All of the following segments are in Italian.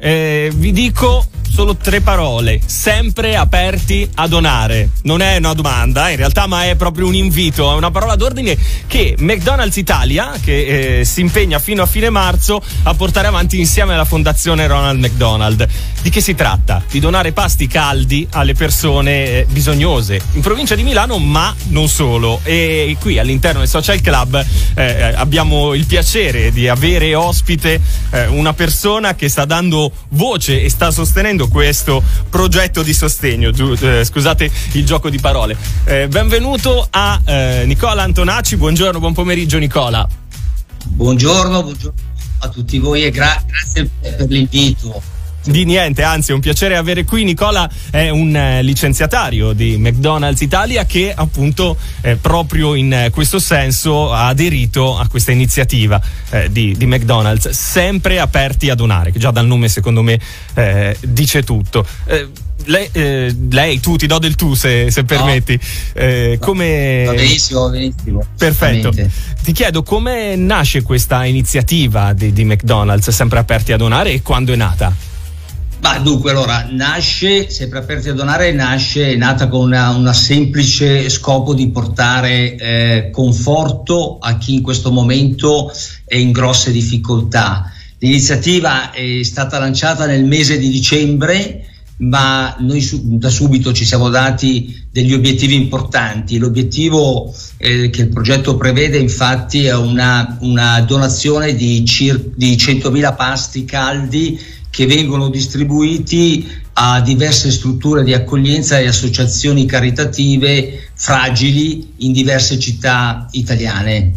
vi dico solo 3 parole: sempre aperti a donare. Non è una domanda in realtà, ma è proprio un invito, è una parola d'ordine che McDonald's Italia, che si impegna fino a fine marzo a portare avanti insieme alla Fondazione Ronald McDonald. Di che si tratta? Di donare pasti caldi alle persone bisognose in provincia di Milano, ma non solo. E qui all'interno del Social Club abbiamo il piacere di avere ospite una persona che sta dando voce e sta sostenendo questo progetto di sostegno. Scusate il gioco di parole. Benvenuto a Nicola Antonacci. Buongiorno, buon pomeriggio Nicola. Buongiorno a tutti voi e grazie per l'invito. Di niente, anzi è un piacere avere qui. Nicola è un licenziatario di McDonald's Italia che appunto proprio in questo senso ha aderito a questa iniziativa di McDonald's, sempre aperti a donare, che già dal nome secondo me dice tutto. Lei, tu, ti do del tu se permetti. Come... Va benissimo. Perfetto. Ti chiedo come nasce questa iniziativa di McDonald's, sempre aperti a donare, e quando è nata? Dunque, allora, sempre aperti a donare, è nata con una semplice scopo di portare conforto a chi in questo momento è in grosse difficoltà. L'iniziativa è stata lanciata nel mese di dicembre, ma noi da subito ci siamo dati degli obiettivi importanti. L'obiettivo che il progetto prevede infatti è una donazione di 100.000 pasti caldi che vengono distribuiti a diverse strutture di accoglienza e associazioni caritative fragili in diverse città italiane.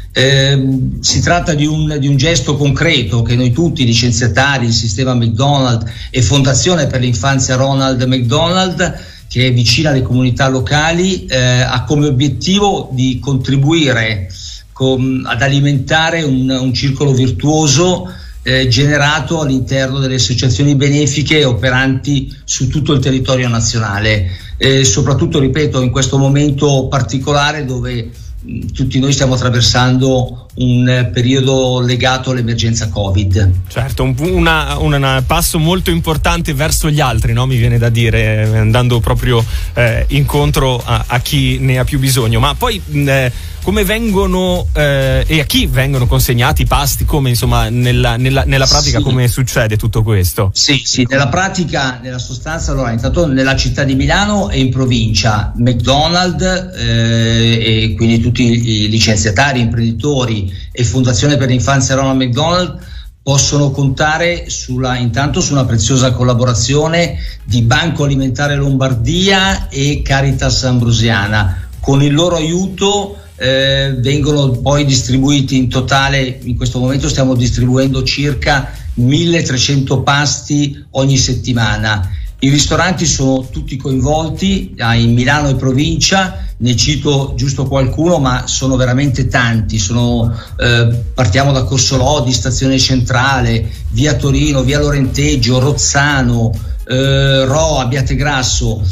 Si tratta di un gesto concreto che noi tutti, licenziatari, il sistema McDonald's e Fondazione per l'Infanzia Ronald McDonald, che è vicina alle comunità locali, ha come obiettivo di contribuire ad alimentare un circolo virtuoso generato all'interno delle associazioni benefiche operanti su tutto il territorio nazionale, soprattutto, ripeto, in questo momento particolare dove tutti noi stiamo attraversando un periodo legato all'emergenza Covid. Certo, un passo molto importante verso gli altri, no? Mi viene da dire, andando proprio incontro a chi ne ha più bisogno. Ma poi come vengono e a chi vengono consegnati i pasti? Come, insomma, nella pratica, sì, come succede tutto questo? Sì, nella pratica, nella sostanza, allora, intanto nella città di Milano e in provincia McDonald's e quindi tutti i licenziatari, imprenditori e Fondazione per l'Infanzia Ronald McDonald possono contare intanto su una preziosa collaborazione di Banco Alimentare Lombardia e Caritas Ambrosiana. Con il loro aiuto vengono poi distribuiti in totale, in questo momento stiamo distribuendo circa 1.300 pasti ogni settimana. I ristoranti sono tutti coinvolti in Milano e provincia, ne cito giusto qualcuno, ma sono veramente tanti. Partiamo da Corso Lodi, Stazione Centrale, via Torino, via Lorenteggio, Rozzano, Ro, Abbiategrasso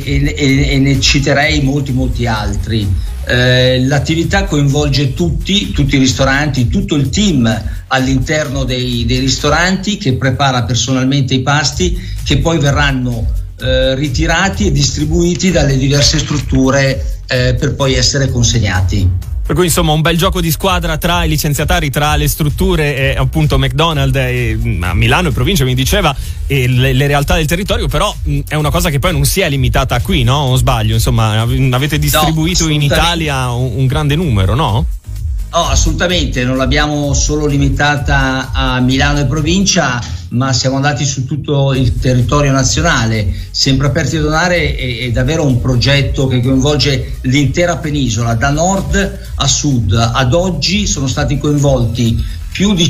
e ne citerei molti altri. L'attività coinvolge tutti i ristoranti, tutto il team all'interno dei ristoranti che prepara personalmente i pasti che poi verranno ritirati e distribuiti dalle diverse strutture per poi essere consegnati. Per cui insomma un bel gioco di squadra tra i licenziatari, tra le strutture e appunto McDonald's a Milano e provincia, mi diceva, e le realtà del territorio. Però è una cosa che poi non si è limitata qui, no? O sbaglio? Insomma, avete distribuito in Italia un grande numero, no? No, assolutamente, non l'abbiamo solo limitata a Milano e provincia, ma siamo andati su tutto il territorio nazionale. Sempre aperti a donare è davvero un progetto che coinvolge l'intera penisola, da nord a sud. Ad oggi sono stati coinvolti più di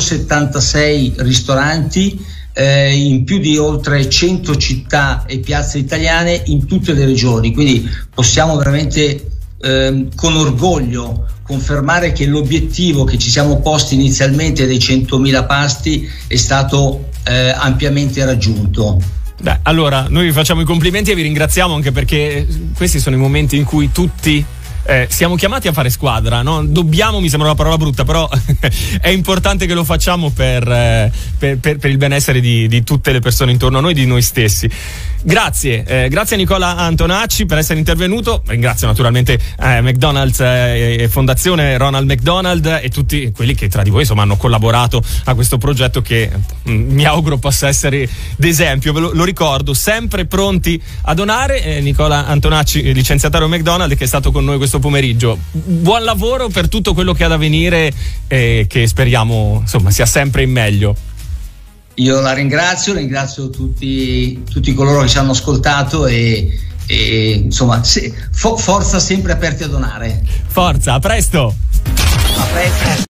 176 ristoranti in più di oltre 100 città e piazze italiane in tutte le regioni, quindi possiamo veramente con orgoglio confermare che l'obiettivo che ci siamo posti inizialmente dei 100.000 pasti è stato ampiamente raggiunto. Beh, allora noi vi facciamo i complimenti e vi ringraziamo, anche perché questi sono i momenti in cui tutti siamo chiamati a fare squadra, no? Dobbiamo, mi sembra una parola brutta, però è importante che lo facciamo per il benessere di tutte le persone intorno a noi, di noi stessi. Grazie a Nicola Antonacci per essere intervenuto. Ringrazio naturalmente McDonald's e Fondazione Ronald McDonald e tutti quelli che tra di voi insomma hanno collaborato a questo progetto che mi auguro possa essere d'esempio. Lo ricordo, sempre pronti a donare. Nicola Antonacci, licenziatario McDonald's, che è stato con noi questo pomeriggio. Buon lavoro per tutto quello che ha da venire e che speriamo insomma sia sempre in meglio. Io la ringrazio tutti coloro che ci hanno ascoltato e insomma forza, sempre aperti a donare. Forza, a presto. A presto.